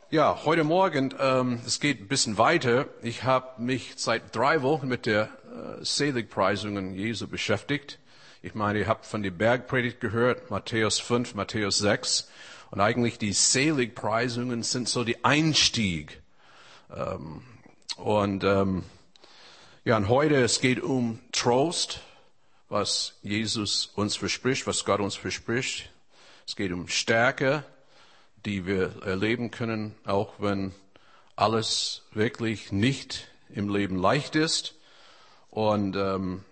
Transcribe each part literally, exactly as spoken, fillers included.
Ja, heute Morgen, ähm, es geht ein bisschen weiter. Ich habe mich seit drei Wochen mit der äh, Seligpreisungen Jesu beschäftigt. Ich meine, ihr habt von der Bergpredigt gehört, Matthäus fünf, Matthäus sechs. Und eigentlich die Seligpreisungen sind so die Einstieg. Ähm, und ähm, ja, und heute, es geht um Trost, was Jesus uns verspricht, was Gott uns verspricht. Es geht um Stärke, die wir erleben können, auch wenn alles wirklich nicht im Leben leicht ist. Und ähm,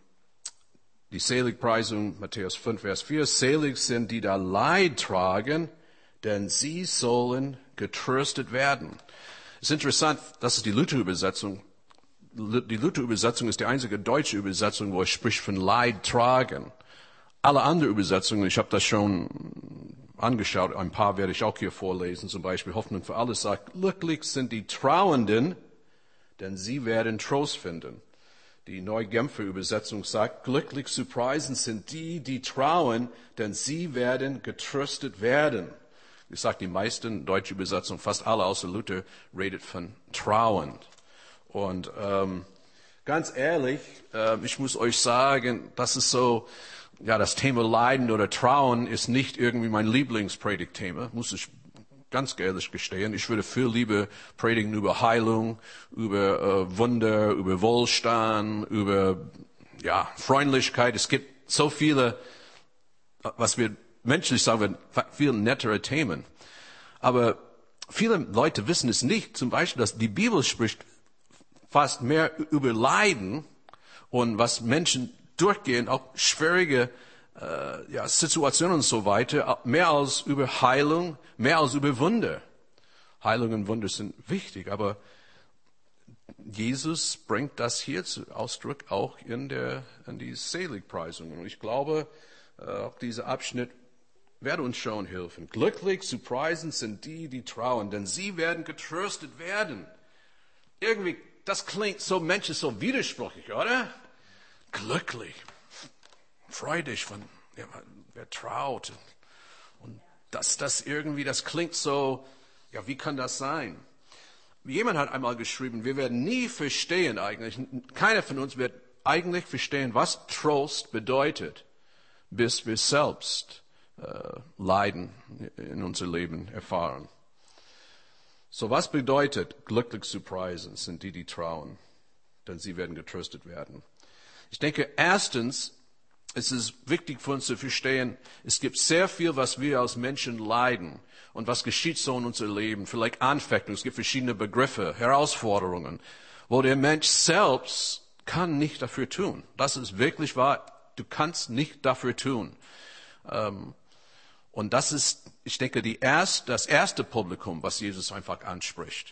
die Seligpreisung, Matthäus fünf, Vers vier, selig sind, die da Leid tragen, denn sie sollen getröstet werden. Es ist interessant, das ist die Luther-Übersetzung. Die Luther-Übersetzung ist die einzige deutsche Übersetzung, wo es spricht von Leid tragen. Alle anderen Übersetzungen, ich habe das schon angeschaut, ein paar werde ich auch hier vorlesen, zum Beispiel Hoffnung für alle sagt, glücklich sind die Trauernden, denn sie werden Trost finden. Die Neugenfer Übersetzung sagt, glücklich zu preisen sind die, die trauen, denn sie werden getröstet werden. Ich sage, die meisten deutsche Übersetzungen, fast alle außer Luther, redet von trauend. Und ähm, ganz ehrlich, äh, ich muss euch sagen, das ist so, ja, das Thema Leiden oder Trauen ist nicht irgendwie mein Lieblingspredigtthema, muss ich ganz ehrlich gestehen. Ich würde viel lieber predigen über Heilung, über äh, Wunder, über Wohlstand, über ja, Freundlichkeit. Es gibt so viele, was wir menschlich sagen, viel nettere Themen. Aber viele Leute wissen es nicht, zum Beispiel, dass die Bibel spricht fast mehr über Leiden und was Menschen durchgehen, auch schwierige äh, ja, Situationen und so weiter, mehr als über Heilung, mehr als über Wunder. Heilung und Wunder sind wichtig, aber Jesus bringt das hier zu Ausdruck auch in der in die Seligpreisungen. Und ich glaube, äh, auch dieser Abschnitt wird uns schon helfen. Glücklich zu preisen sind die, die trauen, denn sie werden getröstet werden. Irgendwie, das klingt so menschlich, so widersprüchlich, oder? Glücklich, freu dich, wenn ja, wer traut. Und das, das irgendwie, das klingt so, ja, wie kann das sein? Jemand hat einmal geschrieben, wir werden nie verstehen eigentlich, keiner von uns wird eigentlich verstehen, was Trost bedeutet, bis wir selbst äh, Leiden in unser Leben erfahren. So, was bedeutet glücklich zu preisen, sind die, die trauen, denn sie werden getröstet werden. Ich denke, erstens ist es wichtig für uns zu verstehen, es gibt sehr viel, was wir als Menschen leiden und was geschieht so in unserem Leben. Vielleicht Anfechtungen, es gibt verschiedene Begriffe, Herausforderungen, wo der Mensch selbst kann nicht dafür tun. Das ist wirklich wahr, du kannst nicht dafür tun. Und das ist, ich denke, die erst, das erste Publikum, was Jesus einfach anspricht.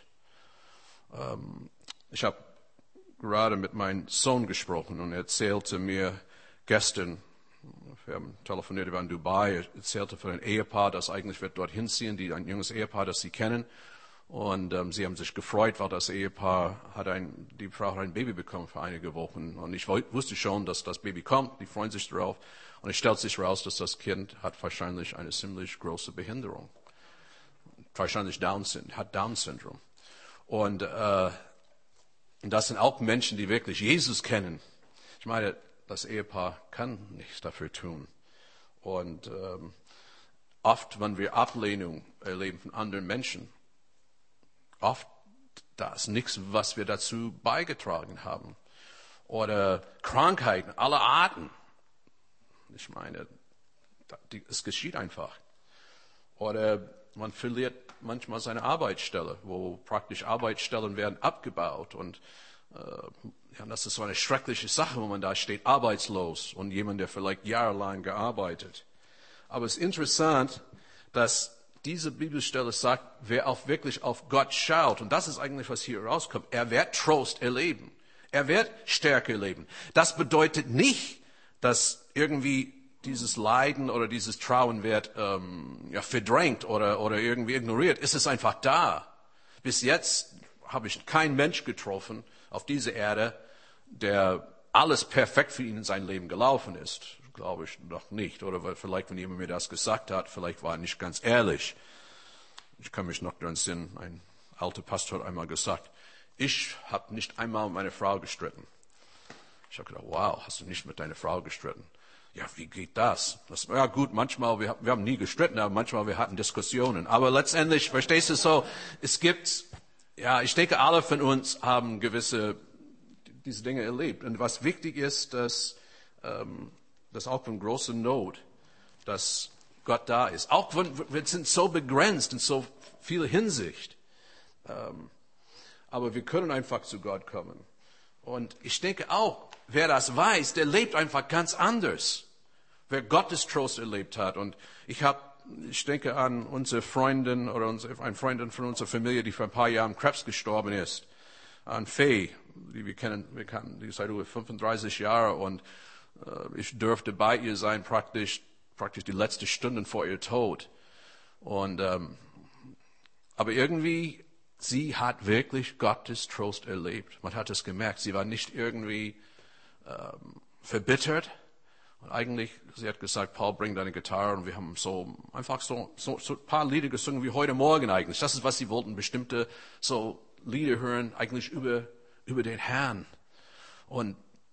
Ich habe gerade mit meinem Sohn gesprochen und er erzählte mir gestern, wir haben telefoniert über in Dubai, er erzählte von einem Ehepaar, das eigentlich wird dorthin ziehen, die, ein junges Ehepaar, das sie kennen. Und ähm, sie haben sich gefreut, weil das Ehepaar hat ein, die Frau hat ein Baby bekommen für einige Wochen. Und ich wusste schon, dass das Baby kommt, die freuen sich darauf. Und es stellt sich heraus, dass das Kind hat wahrscheinlich eine ziemlich große Behinderung. Wahrscheinlich Down, hat Down-Syndrom. Und äh, Und das sind auch Menschen, die wirklich Jesus kennen. Ich meine, das Ehepaar kann nichts dafür tun. Und ähm, oft, wenn wir Ablehnung erleben von anderen Menschen, oft da ist nichts, was wir dazu beigetragen haben. Oder Krankheiten aller Arten. Ich meine, es geschieht einfach. Oder man verliert manchmal seine Arbeitsstelle, wo praktisch Arbeitsstellen werden abgebaut. Und äh, ja, das ist so eine schreckliche Sache, wo man da steht, arbeitslos und jemand, der vielleicht jahrelang gearbeitet. Aber es ist interessant, dass diese Bibelstelle sagt, wer auch wirklich auf Gott schaut, und das ist eigentlich, was hier rauskommt, er wird Trost erleben. Er wird Stärke erleben. Das bedeutet nicht, dass irgendwie dieses Leiden oder dieses Trauen wird ähm, ja, verdrängt oder, oder irgendwie ignoriert. Es ist einfach da. Bis jetzt habe ich keinen Mensch getroffen auf dieser Erde, der alles perfekt für ihn in sein Leben gelaufen ist. Glaube ich noch nicht. Oder vielleicht, wenn jemand mir das gesagt hat, vielleicht war er nicht ganz ehrlich. Ich kann mich noch daran erinnern, ein alte Pastor hat einmal gesagt, ich habe nicht einmal mit meiner Frau gestritten. Ich habe gedacht, wow, hast du nicht mit deiner Frau gestritten? Ja, wie geht das? das ja gut, manchmal, wir, wir haben nie gestritten, aber manchmal wir hatten Diskussionen. Aber letztendlich, verstehst du so, es gibt, ja, ich denke, alle von uns haben gewisse, diese Dinge erlebt. Und was wichtig ist, dass, ähm, dass auch von großer Not, dass Gott da ist. Auch wenn wir sind so begrenzt in so viel Hinsicht. Ähm, aber wir können einfach zu Gott kommen. Und ich denke auch, wer das weiß, der lebt einfach ganz anders. Wer Gottes Trost erlebt hat. Und ich habe, ich denke an unsere Freundin oder unsere, eine Freundin von unserer Familie, die vor ein paar Jahren Krebs gestorben ist. An Faye, die wir kennen, wir kennen die seit über fünfunddreißig Jahren. Und äh, ich durfte bei ihr sein, praktisch, praktisch die letzten Stunden vor ihr Tod. Und ähm, aber irgendwie, sie hat wirklich Gottes Trost erlebt. Man hat es gemerkt. Sie war nicht irgendwie ähm, verbittert. Und eigentlich, sie hat gesagt, Paul, bring deine Gitarre. Und wir haben so einfach so, so, so ein paar Lieder gesungen wie heute Morgen eigentlich. Das ist, was sie wollten, bestimmte so Lieder hören, eigentlich über, über den Herrn. Und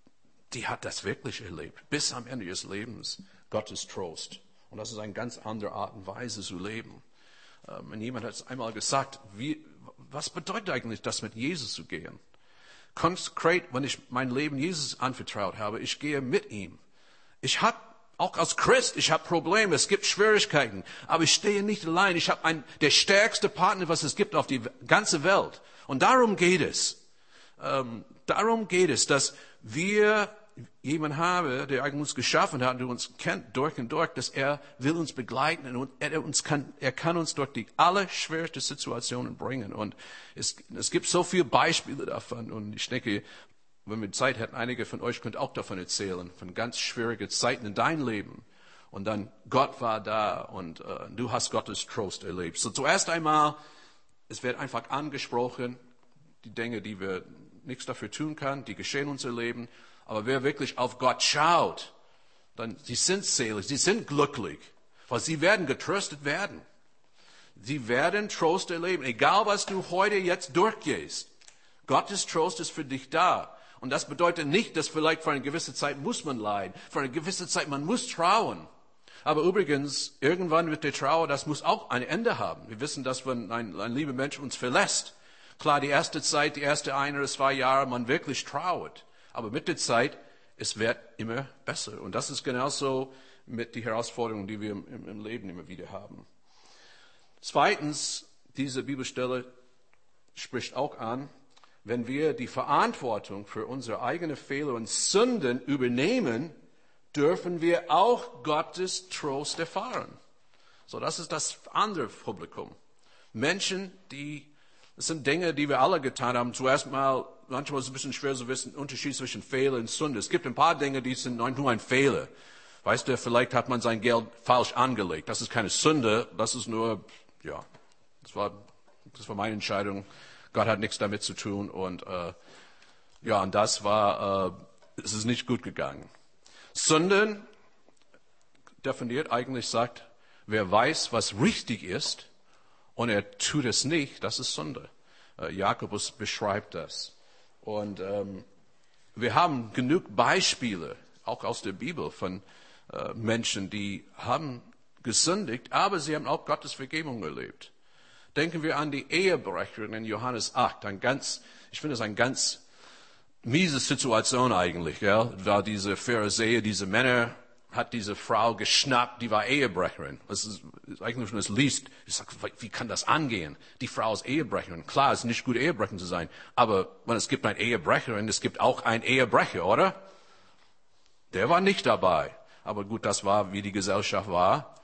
die hat das wirklich erlebt, bis am Ende ihres Lebens, Gottes Trost. Und das ist eine ganz andere Art und Weise zu leben. Und jemand hat es einmal gesagt, wie, was bedeutet eigentlich das, mit Jesus zu gehen? Konkret, wenn ich mein Leben Jesus anvertraut habe, ich gehe mit ihm. Ich habe, auch als Christ, ich habe Probleme, es gibt Schwierigkeiten, aber ich stehe nicht allein. Ich habe einen, der stärkste Partner, was es gibt auf die ganze Welt. Und darum geht es. Ähm, darum geht es, dass wir jemanden haben, der eigentlich uns geschaffen hat und uns kennt durch und durch, dass er will uns begleiten und er, uns kann, er kann uns durch die allerschwersten Situationen bringen. Und es, es gibt so viele Beispiele davon. Und ich denke, wenn wir Zeit hätten, einige von euch könnt auch davon erzählen, von ganz schwierigen Zeiten in deinem Leben. Und dann Gott war da und äh, du hast Gottes Trost erlebt. So zuerst einmal, es wird einfach angesprochen, die Dinge, die wir nichts dafür tun können, die geschehen in unserem Leben. Aber wer wirklich auf Gott schaut, dann, sie sind selig, sie sind glücklich, weil sie werden getröstet werden. Sie werden Trost erleben, egal was du heute jetzt durchgehst. Gottes Trost ist für dich da. Und das bedeutet nicht, dass vielleicht für eine gewisse Zeit muss man leiden. Für eine gewisse Zeit, man muss trauern. Aber übrigens, irgendwann wird der Trauer, das muss auch ein Ende haben. Wir wissen, dass wenn ein, ein lieber Mensch uns verlässt, klar, die erste Zeit, die erste ein oder zwei Jahre, man wirklich trauert. Aber mit der Zeit, es wird immer besser. Und das ist genauso mit den Herausforderungen, die wir im, im Leben immer wieder haben. Zweitens, diese Bibelstelle spricht auch an, wenn wir die Verantwortung für unsere eigenen Fehler und Sünden übernehmen, dürfen wir auch Gottes Trost erfahren. So, das ist das andere Publikum. Menschen, die, das sind Dinge, die wir alle getan haben. Zuerst mal, manchmal ist es ein bisschen schwer zu wissen, Unterschied zwischen Fehler und Sünde. Es gibt ein paar Dinge, die sind nur ein Fehler. Weißt du, vielleicht hat man sein Geld falsch angelegt. Das ist keine Sünde, das ist nur, ja, das war, das war meine Entscheidung. Gott hat nichts damit zu tun und äh, ja, und das war, äh, es ist nicht gut gegangen. Sünden definiert eigentlich sagt, wer weiß, was richtig ist und er tut es nicht, das ist Sünde. Äh, Jakobus beschreibt das. Und ähm, wir haben genug Beispiele, auch aus der Bibel, von äh, Menschen, die haben gesündigt, aber sie haben auch Gottes Vergebung erlebt. Denken wir an die Ehebrecherin in Johannes acht. Ein ganz, ich finde es eine ganz miese Situation eigentlich. Ja? War diese Pharisäer, diese Männer, hat diese Frau geschnappt, die war Ehebrecherin. Das ist eigentlich, wenn man es liest, ich sage, wie kann das angehen? Die Frau ist Ehebrecherin. Klar, es ist nicht gut, Ehebrecherin zu sein. Aber wenn es gibt eine Ehebrecherin, es gibt auch einen Ehebrecher, oder? Der war nicht dabei. Aber gut, das war, wie die Gesellschaft war.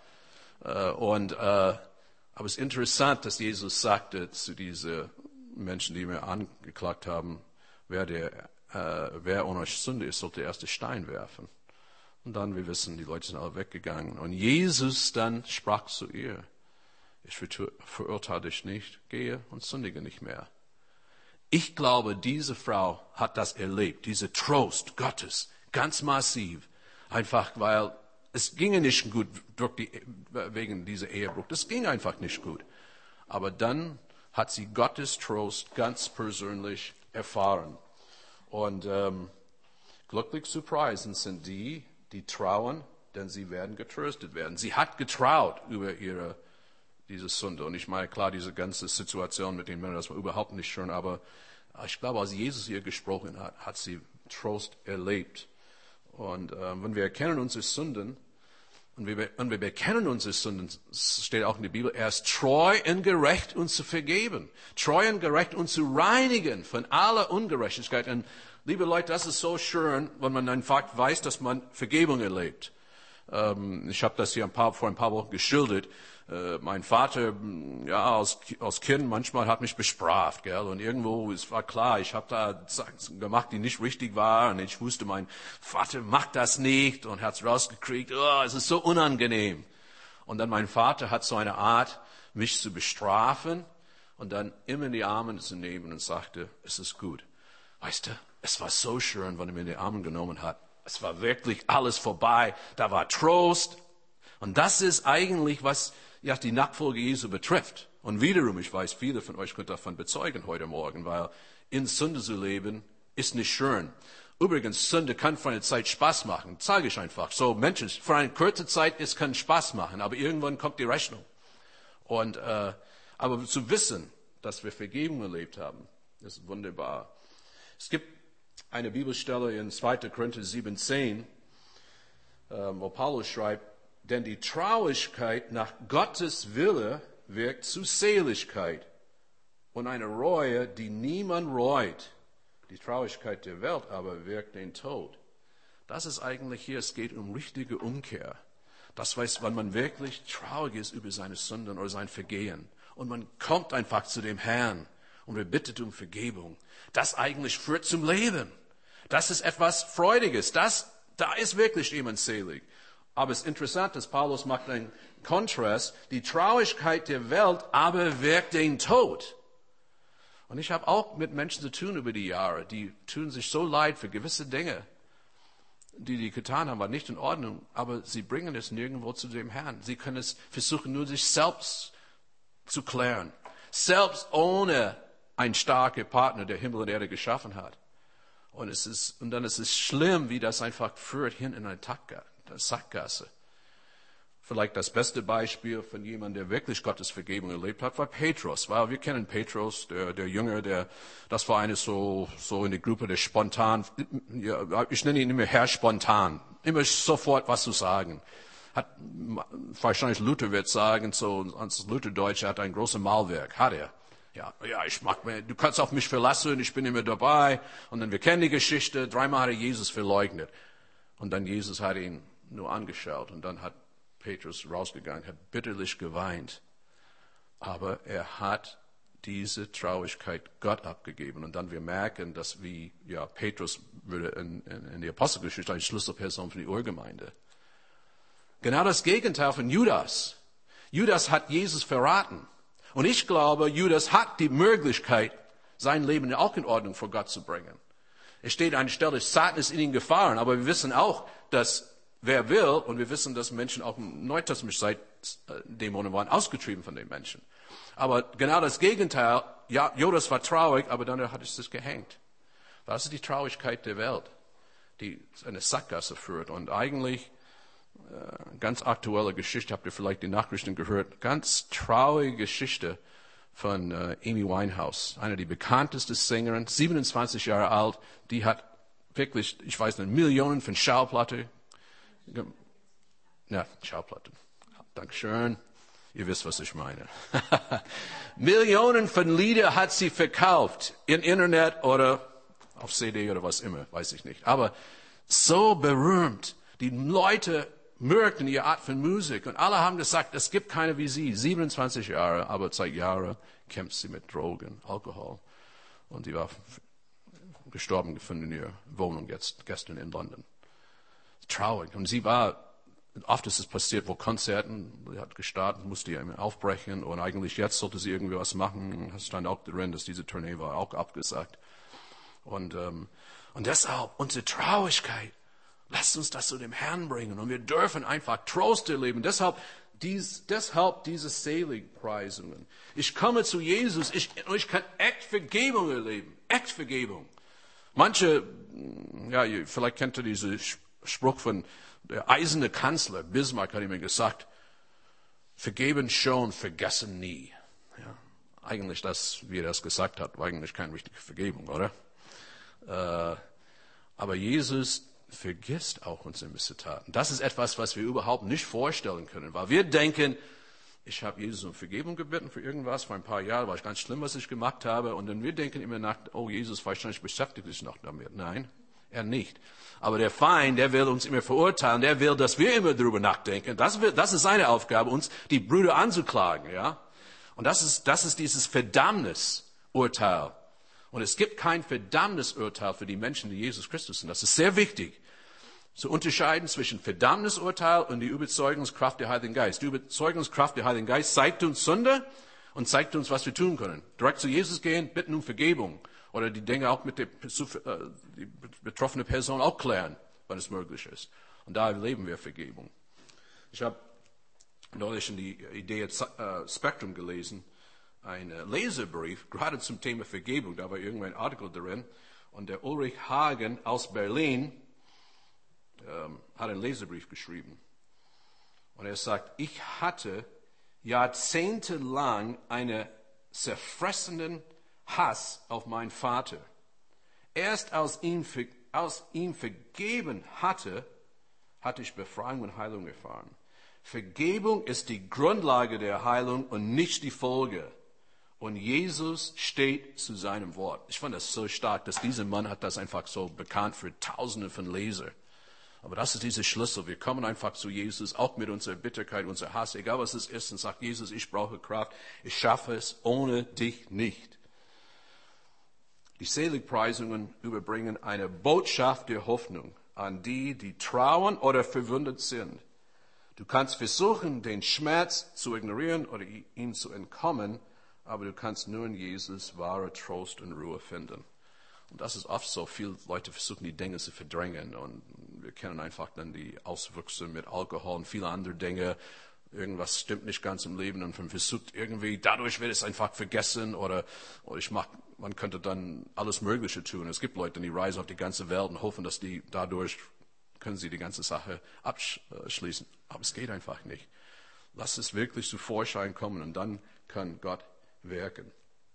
Und äh, aber es ist interessant, dass Jesus sagte zu diesen Menschen, die mir angeklagt haben, wer, der, äh, wer ohne Sünde ist, sollte erst den Stein werfen. Und dann, wir wissen, die Leute sind alle weggegangen. Und Jesus dann sprach zu ihr, ich verurteile dich nicht, gehe und sündige nicht mehr. Ich glaube, diese Frau hat das erlebt, diese Trost Gottes, ganz massiv. Einfach, weil es ging nicht gut durch die, wegen dieser Ehebruch. Das ging einfach nicht gut. Aber dann hat sie Gottes Trost ganz persönlich erfahren. Und ähm, glücklich zu preisen sind die, die trauen, denn sie werden getröstet werden. Sie hat getraut über ihre diese Sünde. Und ich meine, klar, diese ganze Situation mit den Männern, das war überhaupt nicht schön, aber ich glaube, als Jesus ihr gesprochen hat, hat sie Trost erlebt. Und äh, wenn wir erkennen unsere Sünden, und wir, und wir bekennen unsere Sünden, steht auch in der Bibel, er ist treu und gerecht, uns zu vergeben. Treu und gerecht, uns zu reinigen von aller Ungerechtigkeit. Und liebe Leute, das ist so schön, wenn man einfach weiß, dass man Vergebung erlebt. Ähm, ich habe das hier ein paar, vor ein paar Wochen geschildert. Äh, mein Vater, ja, als, als Kind manchmal hat mich bestraft, gell? Und irgendwo, es war klar, ich habe da Sachen gemacht, die nicht richtig waren. Und ich wusste, mein Vater macht das nicht und hat's rausgekriegt. Oh, es ist so unangenehm. Und dann mein Vater hat so eine Art, mich zu bestrafen und dann immer in die Arme zu nehmen und sagte, es ist gut. Weißt du, es war so schön, wenn er mir in die Arme genommen hat. Es war wirklich alles vorbei. Da war Trost. Und das ist eigentlich, was ja die Nachfolge Jesu betrifft. Und wiederum, ich weiß, viele von euch können davon bezeugen heute Morgen, weil in Sünde zu leben ist nicht schön. Übrigens, Sünde kann für eine Zeit Spaß machen. Sage ich einfach. So, Menschen, für eine kurze Zeit, es kann Spaß machen, aber irgendwann kommt die Rechnung. Und, äh, aber zu wissen, dass wir Vergebung erlebt haben, ist wunderbar. Es gibt eine Bibelstelle in zweiter Korinther sieben zehn, äh, wo Paulus schreibt, denn die Traurigkeit nach Gottes Wille wirkt zu Seligkeit und eine Reue, die niemand reut. Die Traurigkeit der Welt aber wirkt den Tod. Das ist eigentlich hier, es geht um richtige Umkehr. Das heißt, wenn man wirklich traurig ist über seine Sünden oder sein Vergehen und man kommt einfach zu dem Herrn und er bittet um Vergebung, das eigentlich führt zum Leben. Das ist etwas Freudiges. Das, da ist wirklich jemand selig. Aber es ist interessant, dass Paulus macht einen Kontrast. Die Traurigkeit der Welt aber wirkt den Tod. Und ich habe auch mit Menschen zu tun über die Jahre, die tun sich so leid für gewisse Dinge, die die getan haben, war nicht in Ordnung, aber sie bringen es nirgendwo zu dem Herrn. Sie können es versuchen, nur sich selbst zu klären. Selbst ohne einen starken Partner, der Himmel und Erde geschaffen hat. Und es ist, und dann ist es schlimm, wie das einfach führt hin in eine Sackgasse. Vielleicht das beste Beispiel von jemandem, der wirklich Gottes Vergebung erlebt hat, war Petrus. Weil wir kennen Petrus, der, der Jünger, der, das war eine so, so eine Gruppe, der spontan, ja, ich nenne ihn immer Herr spontan, immer sofort was zu sagen. Hat, wahrscheinlich Luther wird sagen, so, als Lutherdeutsch, er hat ein großes Mahlwerk, hat er. Ja, ja, ich mag mir, du kannst auf mich verlassen, ich bin immer dabei. Und dann, wir kennen die Geschichte, dreimal hat er Jesus verleugnet. Und dann Jesus hat ihn nur angeschaut und dann hat Petrus rausgegangen, hat bitterlich geweint. Aber er hat diese Traurigkeit Gott abgegeben. Und dann wir merken, dass wie, ja, Petrus würde in, in, in der Apostelgeschichte eine Schlüsselperson für die Urgemeinde. Genau das Gegenteil von Judas. Judas hat Jesus verraten. Und ich glaube, Judas hat die Möglichkeit, sein Leben auch in Ordnung vor Gott zu bringen. Es steht an der Stelle, Satan ist in ihn gefahren, aber wir wissen auch, dass wer will, und wir wissen, dass Menschen auch im Neuen Testament seit Dämonen waren ausgetrieben von den Menschen. Aber genau das Gegenteil, ja, Judas war traurig, aber dann hat es sich gehängt. Das ist die Traurigkeit der Welt, die eine Sackgasse führt. Und eigentlich, äh, ganz aktuelle Geschichte, habt ihr vielleicht die Nachrichten gehört, ganz traurige Geschichte von äh, Amy Winehouse, eine der bekanntesten Sängerinnen, siebenundzwanzig Jahre alt, die hat wirklich, ich weiß nicht, Millionen von Schallplatten. Ja, Schallplatten. Dankeschön. Ihr wisst, was ich meine. Millionen von Lieder hat sie verkauft. Im Internet oder auf C D oder was immer, weiß ich nicht. Aber so berühmt. Die Leute mögen ihre Art von Musik. Und alle haben gesagt, es gibt keine wie sie. siebenundzwanzig Jahre, aber seit Jahren kämpft sie mit Drogen, Alkohol. Und sie war gestorben gefunden in ihrer Wohnung jetzt, gestern in London. Traurig. Und sie war, oft ist es passiert, wo Konzerten, sie hat gestartet, musste ja immer aufbrechen und eigentlich jetzt sollte sie irgendwie was machen. Es stand auch drin, dass diese Tournee war auch abgesagt. Und, ähm, und deshalb unsere Traurigkeit, lasst uns das zu dem Herrn bringen und wir dürfen einfach Trost erleben. Deshalb Dies, deshalb diese Seligpreisungen. Ich komme zu Jesus, ich, ich kann echt Vergebung erleben. Echt Vergebung. Manche, ja, vielleicht kennt ihr diesen Spruch von der eiserne Kanzler, Bismarck hat ihm gesagt, vergeben schon, vergessen nie. Ja, eigentlich das, wie er das gesagt hat, war eigentlich keine richtige Vergebung, oder? Äh, aber Jesus vergisst auch unsere Missetaten. Das ist etwas, was wir überhaupt nicht vorstellen können, weil wir denken, ich habe Jesus um Vergebung gebeten für irgendwas, vor ein paar Jahren war es ganz schlimm, was ich gemacht habe, und dann wir denken immer nach, oh, Jesus wahrscheinlich beschäftigt sich noch damit. Nein, er nicht. Aber der Feind, der will uns immer verurteilen, der will, dass wir immer darüber nachdenken. Das, wird, das ist seine Aufgabe, uns die Brüder anzuklagen, ja. Und das ist, das ist dieses Verdammnisurteil. Und es gibt kein Verdammnisurteil für die Menschen, die Jesus Christus sind. Das ist sehr wichtig, zu unterscheiden zwischen Verdammnisurteil und die Überzeugungskraft der Heiligen Geist. Die Überzeugungskraft der Heiligen Geist zeigt uns Sünde und zeigt uns, was wir tun können. Direkt zu Jesus gehen, bitten um Vergebung. Oder die Dinge auch mit der die betroffenen Person auch klären, wenn es möglich ist. Und da erleben wir Vergebung. Ich habe neulich in die Idee Spektrum gelesen, ein Leserbrief, gerade zum Thema Vergebung. Da war irgendein Artikel drin. Und der Ulrich Hagen aus Berlin ähm, hat einen Leserbrief geschrieben. Und er sagt, ich hatte jahrzehntelang einen zerfressenen Hass auf meinen Vater. Erst als ihm, als ihm vergeben hatte, hatte ich Befreiung und Heilung erfahren. Vergebung ist die Grundlage der Heilung und nicht die Folge. Und Jesus steht zu seinem Wort. Ich fand das so stark, dass dieser Mann hat das einfach so bekannt für Tausende von Lesern. Aber das ist dieser Schlüssel. Wir kommen einfach zu Jesus, auch mit unserer Bitterkeit, unser Hass, egal was es ist, und sagt, Jesus, ich brauche Kraft. Ich schaffe es ohne dich nicht. Die Seligpreisungen überbringen eine Botschaft der Hoffnung an die, die trauern oder verwundet sind. Du kannst versuchen, den Schmerz zu ignorieren oder ihm zu entkommen, aber du kannst nur in Jesus wahre Trost und Ruhe finden. Und das ist oft so. Viele Leute versuchen, die Dinge zu verdrängen. Und wir kennen einfach dann die Auswüchse mit Alkohol und viele andere Dinge. Irgendwas stimmt nicht ganz im Leben und man versucht irgendwie, dadurch wird es einfach vergessen. Oder, oder ich mach, man könnte dann alles Mögliche tun. Es gibt Leute, die reisen auf die ganze Welt und hoffen, dass die dadurch können sie die ganze Sache abschließen. Aber es geht einfach nicht. Lass es wirklich zu Vorschein kommen und dann kann Gott wirken.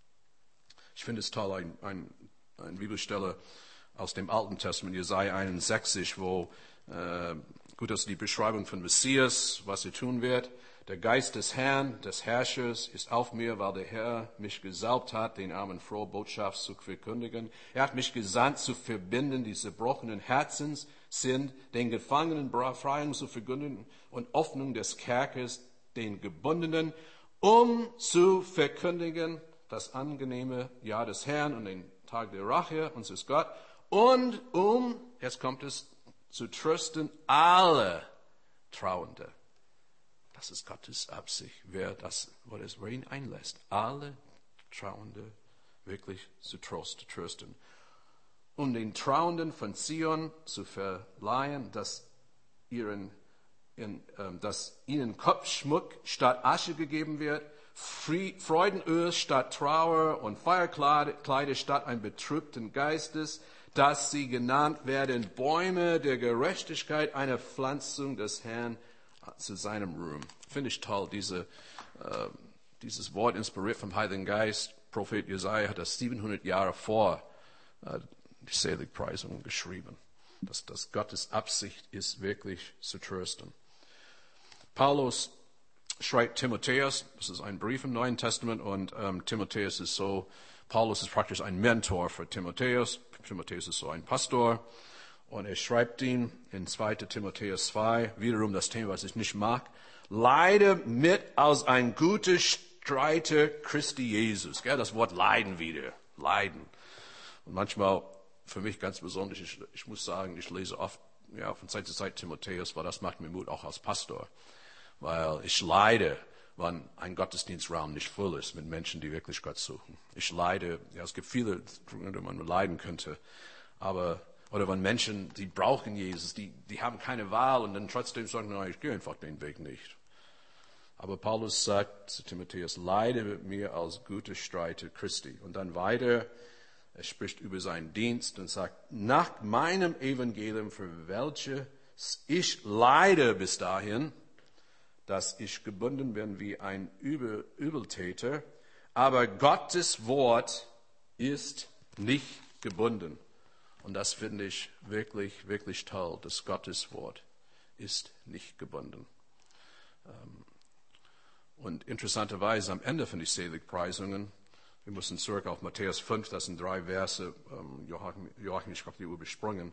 Ich finde es toll, ein, ein, eine Bibelstelle aus dem Alten Testament, Jesaja einundsechzig, wo, äh, gut, das ist die Beschreibung von Messias, was er tun wird. Der Geist des Herrn, des Herrschers, ist auf mir, weil der Herr mich gesalbt hat, den Armen frohe Botschaft zu verkündigen. Er hat mich gesandt, zu verbinden, die zerbrochenen Herzens sind, den Gefangenen Befreiung zu verkündigen und Öffnung des Kerkers den Gebundenen, um zu verkündigen das angenehme Jahr des Herrn und den Tag der Rache unseres Gott und um, jetzt kommt es, zu trösten alle Trauernde. Das ist Gottes Absicht, wer das, wo es wer ihn einlässt, alle Trauernde wirklich zu Trost, trösten. Um den Trauernden von Zion zu verleihen, dass ihren In, ähm, dass ihnen Kopfschmuck statt Asche gegeben wird, Freudenöl statt Trauer und Feierkleider statt ein betrübten Geistes, dass sie genannt werden Bäume der Gerechtigkeit, eine Pflanzung des Herrn zu seinem Ruhm. Finde ich toll, diese, äh, dieses Wort inspiriert vom Heiligen Geist. Prophet Jesaja hat das siebenhundert Jahre vor äh, die Seligpreisung geschrieben. Dass, dass Gottes Absicht ist, wirklich zu trösten. Paulus schreibt Timotheus, das ist ein Brief im Neuen Testament, und ähm, Timotheus ist so, Paulus ist praktisch ein Mentor für Timotheus. Timotheus ist so ein Pastor, und er schreibt ihn in zweiter Timotheus zwei, wiederum das Thema, was ich nicht mag, leide mit als ein guter Streiter Christi Jesus. Gell, das Wort leiden wieder, leiden. Und manchmal, für mich ganz besonders, ich, ich muss sagen, ich lese oft, ja, von Zeit zu Zeit Timotheus, weil das macht mir Mut, auch als Pastor. Weil ich leide, wenn ein Gottesdienstraum nicht voll ist mit Menschen, die wirklich Gott suchen. Ich leide, ja, es gibt viele Gründe, man leiden könnte, aber, oder wenn Menschen, die brauchen Jesus, die, die haben keine Wahl und dann trotzdem sagen, nein, ich gehe einfach den Weg nicht. Aber Paulus sagt zu Timotheus, leide mit mir als gute Streiter Christi. Und dann weiter, er spricht über seinen Dienst und sagt, nach meinem Evangelium, für welches ich leide bis dahin, dass ich gebunden bin wie ein Übel, Übeltäter, aber Gottes Wort ist nicht gebunden. Und das finde ich wirklich, wirklich toll. Das Gottes Wort ist nicht gebunden. Und interessanterweise am Ende von den Seligpreisungen, wir müssen zurück auf Matthäus fünf, das sind drei Verse, Joachim, Joachim ich habe die übersprungen,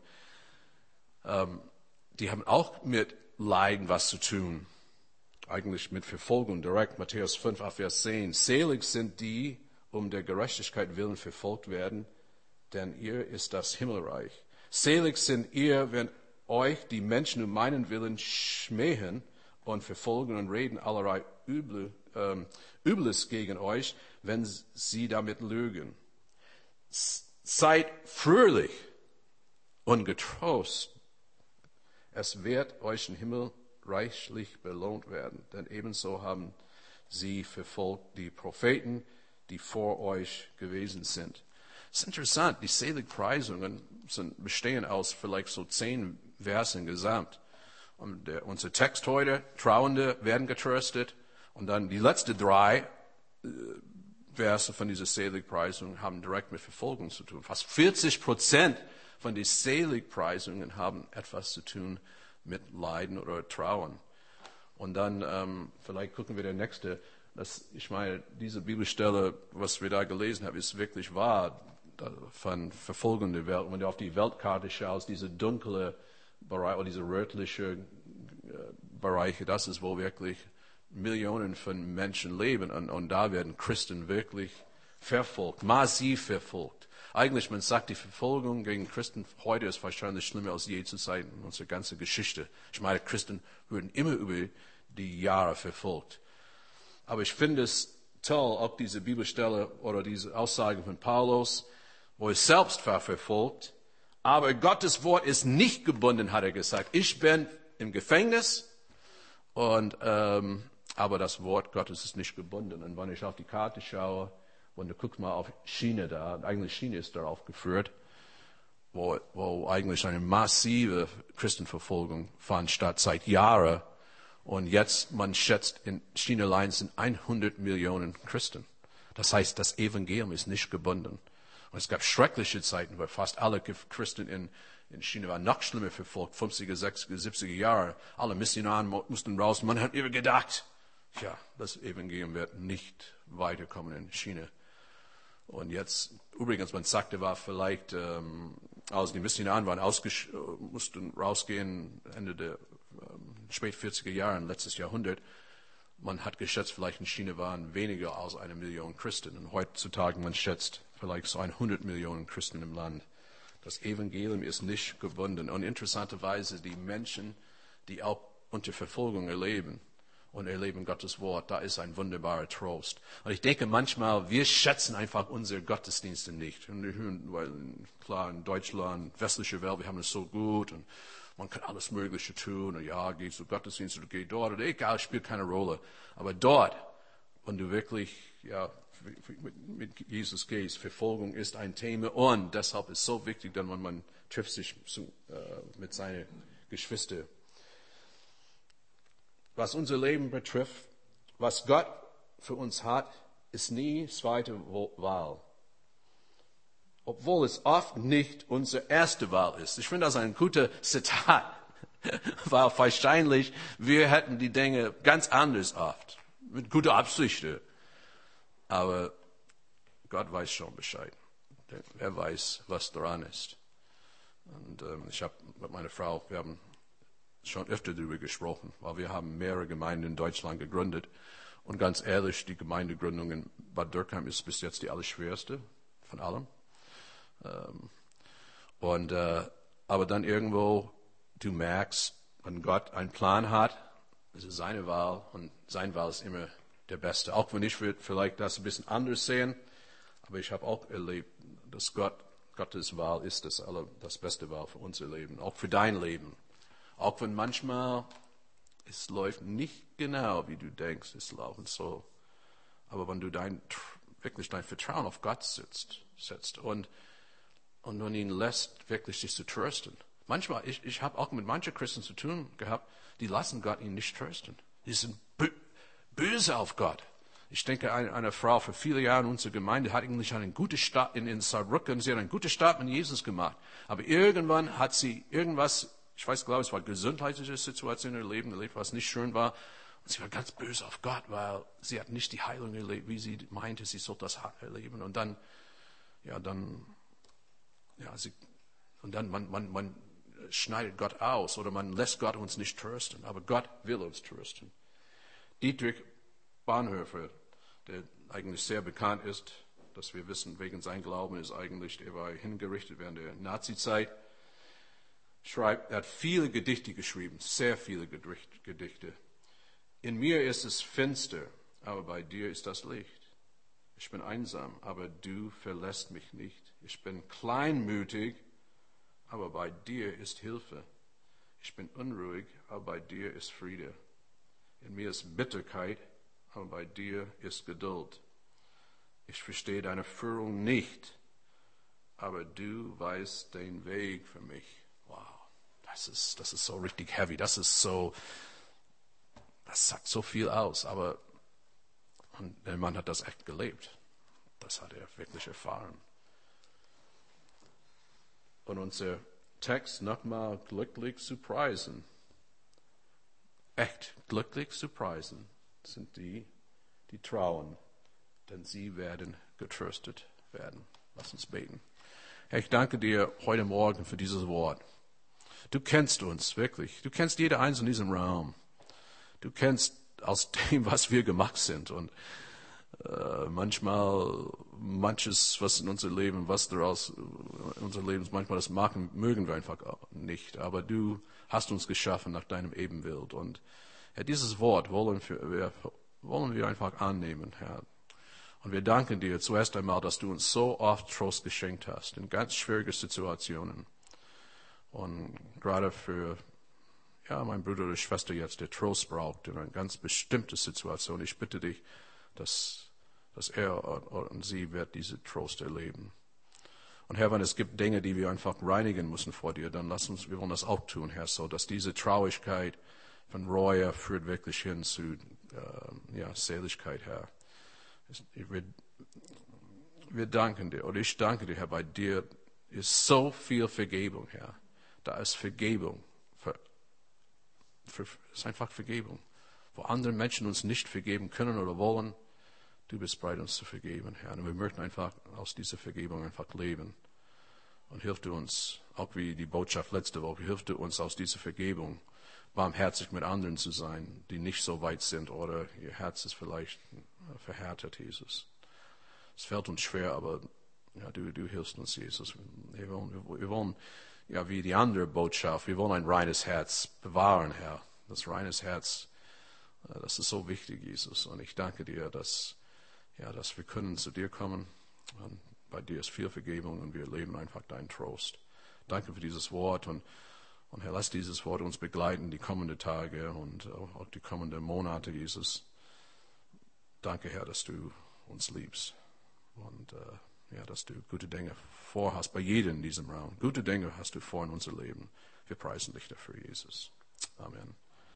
die haben auch mit Leiden was zu tun. Eigentlich mit Verfolgung direkt. Matthäus fünf, Vers zehn. Selig sind die, um der Gerechtigkeit willen verfolgt werden, denn ihr ist das Himmelreich. Selig sind ihr, wenn euch die Menschen um meinen Willen schmähen und verfolgen und reden allerlei Üble, ähm, Übles gegen euch, wenn sie damit lügen. Seid fröhlich und getrost. Es wird euch im Himmel reichlich belohnt werden, denn ebenso haben sie verfolgt die Propheten, die vor euch gewesen sind. Es ist interessant, die Seligpreisungen sind, bestehen aus vielleicht so zehn Versen gesamt. Und der, unser Text heute, Trauernde werden getröstet. Und dann die letzten drei äh, Verse von dieser Seligpreisung haben direkt mit Verfolgung zu tun. Fast vierzig Prozent von den Seligpreisungen haben etwas zu tun mit Leiden oder Trauern. Und dann ähm, vielleicht gucken wir der nächste. Das, ich meine, diese Bibelstelle, was wir da gelesen haben, ist wirklich wahr von Verfolgung der Welt. Wenn du auf die Weltkarte schaust, diese dunkle Bereich oder diese rötliche äh, Bereiche, das ist, wo wirklich Millionen von Menschen leben. Und, und da werden Christen wirklich verfolgt, massiv verfolgt. Eigentlich, man sagt, die Verfolgung gegen Christen heute ist wahrscheinlich schlimmer als je zu Zeiten in unserer ganzen Geschichte. Ich meine, Christen wurden immer über die Jahre verfolgt. Aber ich finde es toll, auch diese Bibelstelle oder diese Aussage von Paulus, wo er selbst war verfolgt, aber Gottes Wort ist nicht gebunden, hat er gesagt. Ich bin im Gefängnis, und ähm, aber das Wort Gottes ist nicht gebunden. Und wenn ich auf die Karte schaue, und du guckst mal auf China da, eigentlich China ist darauf geführt, wo, wo eigentlich eine massive Christenverfolgung fand statt seit Jahren. Und jetzt, man schätzt, in China allein sind hundert Millionen Christen. Das heißt, das Evangelium ist nicht gebunden. Und es gab schreckliche Zeiten, weil fast alle Christen in, in China waren noch schlimmer verfolgt, fünfziger, sechziger, siebziger Jahre. Alle Missionare mussten raus. Man hat immer gedacht, ja, das Evangelium wird nicht weiterkommen in China. Und jetzt, übrigens, man sagte, war vielleicht, ähm, als die Missionare waren ausgesch- mussten rausgehen, Ende der ähm, spät vierziger Jahre, letztes Jahrhundert. Man hat geschätzt, vielleicht in China waren weniger als eine Million Christen. Und heutzutage, man schätzt vielleicht so hundert Millionen Christen im Land. Das Evangelium ist nicht gebunden. Und interessanterweise, die Menschen, die auch unter Verfolgung erleben und erleben Gottes Wort, da ist ein wunderbarer Trost. Und ich denke manchmal, wir schätzen einfach unsere Gottesdienste nicht. Und, weil klar, in Deutschland, westliche Welt, wir haben es so gut und man kann alles Mögliche tun. Und ja, geh zu Gottesdienst oder geh dort oder egal, spielt keine Rolle. Aber dort, wenn du wirklich ja, mit, mit Jesus gehst, Verfolgung ist ein Thema. Und deshalb ist es so wichtig, dass man, man trifft sich zu, äh, mit seinen Geschwistern. Was unser Leben betrifft, was Gott für uns hat, ist nie zweite Wahl. Obwohl es oft nicht unsere erste Wahl ist. Ich finde das ein guter Zitat, weil wahrscheinlich wir hätten die Dinge ganz anders oft, mit guter Absicht. Aber Gott weiß schon Bescheid. Er weiß, was daran ist. Und ähm, ich habe mit meiner Frau, wir haben schon öfter darüber gesprochen, weil wir haben mehrere Gemeinden in Deutschland gegründet. Und ganz ehrlich, die Gemeindegründung in Bad Dürkheim ist bis jetzt die allerschwerste von allem. Ähm, und, äh, aber dann irgendwo, du merkst, wenn Gott einen Plan hat, das ist seine Wahl und seine Wahl ist immer der Beste. Auch wenn ich vielleicht das ein bisschen anders sehen, aber ich habe auch erlebt, dass Gott, Gottes Wahl ist das, aller, das beste Wahl für unser Leben, auch für dein Leben. Auch wenn manchmal es läuft nicht genau, wie du denkst, es laufen soll. Aber wenn du dein, wirklich dein Vertrauen auf Gott setzt, setzt und, und nun ihn lässt, wirklich dich zu trösten. Manchmal, ich, ich habe auch mit manchen Christen zu tun gehabt, die lassen Gott ihn nicht trösten. Die sind bö böse auf Gott. Ich denke, eine, eine Frau für viele Jahre in unserer Gemeinde hat eigentlich einen guten Start in, in Saarbrücken. Sie hat einen guten Start mit Jesus gemacht. Aber irgendwann hat sie irgendwas, ich weiß, glaube es war gesundheitliche Situation in ihrem Leben erlebt, was nicht schön war. Und sie war ganz böse auf Gott, weil sie hat nicht die Heilung erlebt, wie sie meinte, sie sollte das erleben. Und dann, ja, dann, ja, sie, und dann, man, man, man schneidet Gott aus oder man lässt Gott uns nicht trösten. Aber Gott will uns trösten. Dietrich Bonhoeffer, der eigentlich sehr bekannt ist, dass wir wissen, wegen seinem Glauben ist eigentlich, er war hingerichtet während der Nazizeit, schreibt, er hat viele Gedichte geschrieben, sehr viele Gedichte. In mir ist es finster, aber bei dir ist das Licht. Ich bin einsam, aber du verlässt mich nicht. Ich bin kleinmütig, aber bei dir ist Hilfe. Ich bin unruhig, aber bei dir ist Friede. In mir ist Bitterkeit, aber bei dir ist Geduld. Ich verstehe deine Führung nicht, aber du weißt den Weg für mich. Wow, das ist, das ist so richtig heavy. Das ist so, das sagt so viel aus. Aber und der Mann hat das echt gelebt. Das hat er wirklich erfahren. Und unser Text nochmal glücklich zu preisen. Echt glücklich zu preisen sind die, die trauen, denn sie werden getröstet werden. Lass uns beten. Herr, ich danke dir heute Morgen für dieses Wort. Du kennst uns wirklich. Du kennst jede Einzelne in diesem Raum. Du kennst aus dem, was wir gemacht sind und äh, manchmal manches, was in unser Leben, was daraus in unser Leben manchmal das machen, mögen wir einfach nicht. Aber du hast uns geschaffen nach deinem Ebenbild und Herr, dieses Wort wollen wir, wollen wir einfach annehmen, Herr. Und wir danken dir zuerst einmal, dass du uns so oft Trost geschenkt hast in ganz schwierigen Situationen. Und gerade für ja, mein Bruder oder Schwester jetzt, der Trost braucht in einer ganz bestimmten Situation. Ich bitte dich, dass, dass er und sie wird diese Trost erleben. Und Herr, wenn es gibt Dinge, die wir einfach reinigen müssen vor dir, dann lass uns, wir wollen das auch tun, Herr, so dass diese Traurigkeit von Reue führt wirklich hin zu äh, ja, Seligkeit, Herr. Wir, wir danken dir, oder ich danke dir, Herr, bei dir ist so viel Vergebung, Herr. Da ist Vergebung. Für, für, es ist einfach Vergebung. Wo andere Menschen uns nicht vergeben können oder wollen, du bist bereit, uns zu vergeben, Herr. Und wir möchten einfach aus dieser Vergebung einfach leben. Und hilf du uns, auch wie die Botschaft letzte Woche, hilf du uns aus dieser Vergebung barmherzig mit anderen zu sein, die nicht so weit sind oder ihr Herz ist vielleicht verhärtet, Jesus. Es fällt uns schwer, aber ja, du, du hilfst uns, Jesus. Wir wollen, wir wollen, ja, wie die andere Botschaft, wir wollen ein reines Herz bewahren, Herr. Das reines Herz, das ist so wichtig, Jesus. Und ich danke dir, dass, ja, dass wir können zu dir kommen. Und bei dir ist viel Vergebung und wir leben einfach deinen Trost. Danke für dieses Wort und Und Herr, lass dieses Wort uns begleiten, die kommenden Tage und auch die kommenden Monate, Jesus. Danke, Herr, dass du uns liebst und äh, ja, dass du gute Dinge vorhast bei jedem in diesem Raum. Gute Dinge hast du vor in unser Leben. Wir preisen dich dafür, Jesus. Amen.